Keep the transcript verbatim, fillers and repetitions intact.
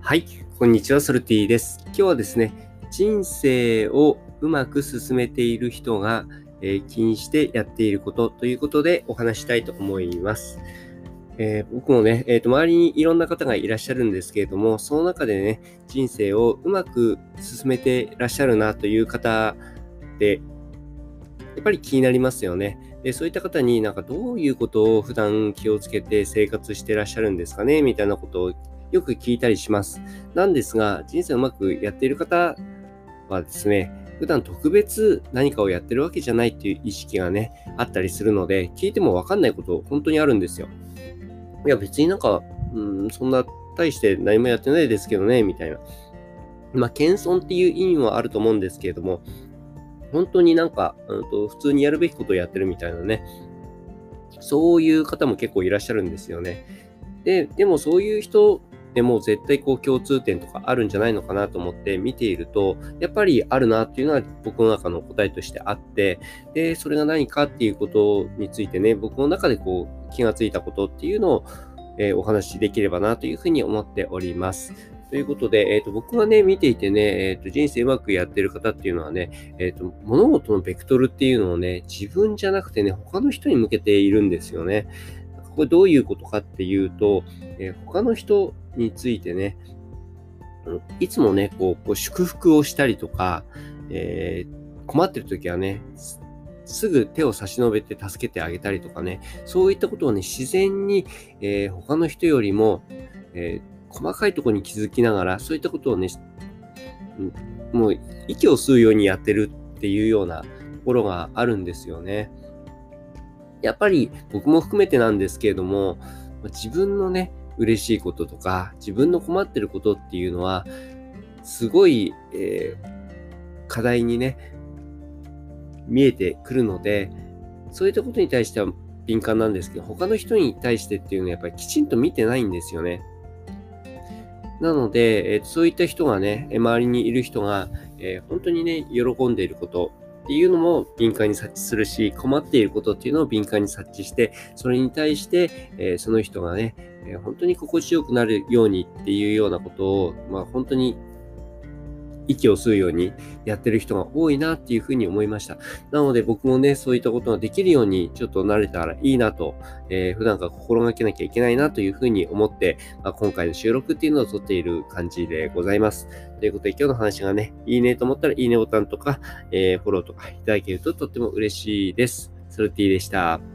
はい、こんにちは、ソルティです。今日はですね、人生をうまく進めている人が、えー気にしてやっていることということでお話したいと思います。えー僕もね、えーと、周りにいろんな方がいらっしゃるんですけれども、その中でね、人生をうまく進めていらっしゃるなという方で、やっぱり気になりますよね。で、そういった方になんかどういうことを普段気をつけて生活してらっしゃるんですかねみたいなことをよく聞いたりします。なんですが、人生をうまくやっている方はですね、普段特別何かをやってるわけじゃないっていう意識がね、あったりするので、聞いてもわかんないこと本当にあるんですよ。いや別になんか、うん、そんな大して何もやってないですけどね、みたいな。まあ、謙遜っていう意味もあると思うんですけれども、本当になんか、うんと、普通にやるべきことをやってるみたいなね、そういう方も結構いらっしゃるんですよね。で、でもそういう人でも絶対こう共通点とかあるんじゃないのかなと思って見ていると、やっぱりあるなっていうのは僕の中の答えとしてあって、で、それが何かっていうことについてね、僕の中でこう気がついたことっていうのを、えーお話しできればなというふうに思っております。ということで、えっと、僕がね、見ていてね、えっと、人生うまくやってる方っていうのはね、えっと、物事のベクトルっていうのをね、自分じゃなくてね、他の人に向けているんですよね。これどういうことかっていうと、えー他の人についてね、うんいつもね、こう、こう祝福をしたりとか、えー困ってる時はね、すすぐ手を差し伸べて助けてあげたりとかね、そういったことをね、自然に、えー他の人よりも、えー細かいところに気づきながら、そういったことをね、うんもう息を吸うようにやってるっていうようなところがあるんですよね。やっぱり僕も含めてなんですけれども、ま自分のね、嬉しいこととか、自分の困ってることっていうのは、すごい、えー課題にね、見えてくるので、そういったことに対しては敏感なんですけど、他の人に対してっていうのはやっぱりきちんと見てないんですよね。なので、えーそういった人がね、周りにいる人が、えー本当にね、喜んでいることっていうのも敏感に察知するし、困っていることっていうのを敏感に察知して、それに対して、えーその人がね、えー本当に心地よくなるようにっていうようなことを、まあ本当に息を吸うようにやってる人が多いなっていうふうに思いました。なので僕もね、そういったことができるようにちょっと慣れたらいいなと、えー普段から心がけなきゃいけないなというふうに思って、まあ、今回の収録っていうのを撮っている感じでございます。ということで今日の話がね、いいねと思ったらいいねボタンとか、えーフォローとかいただけるととっても嬉しいです。ソルティでした。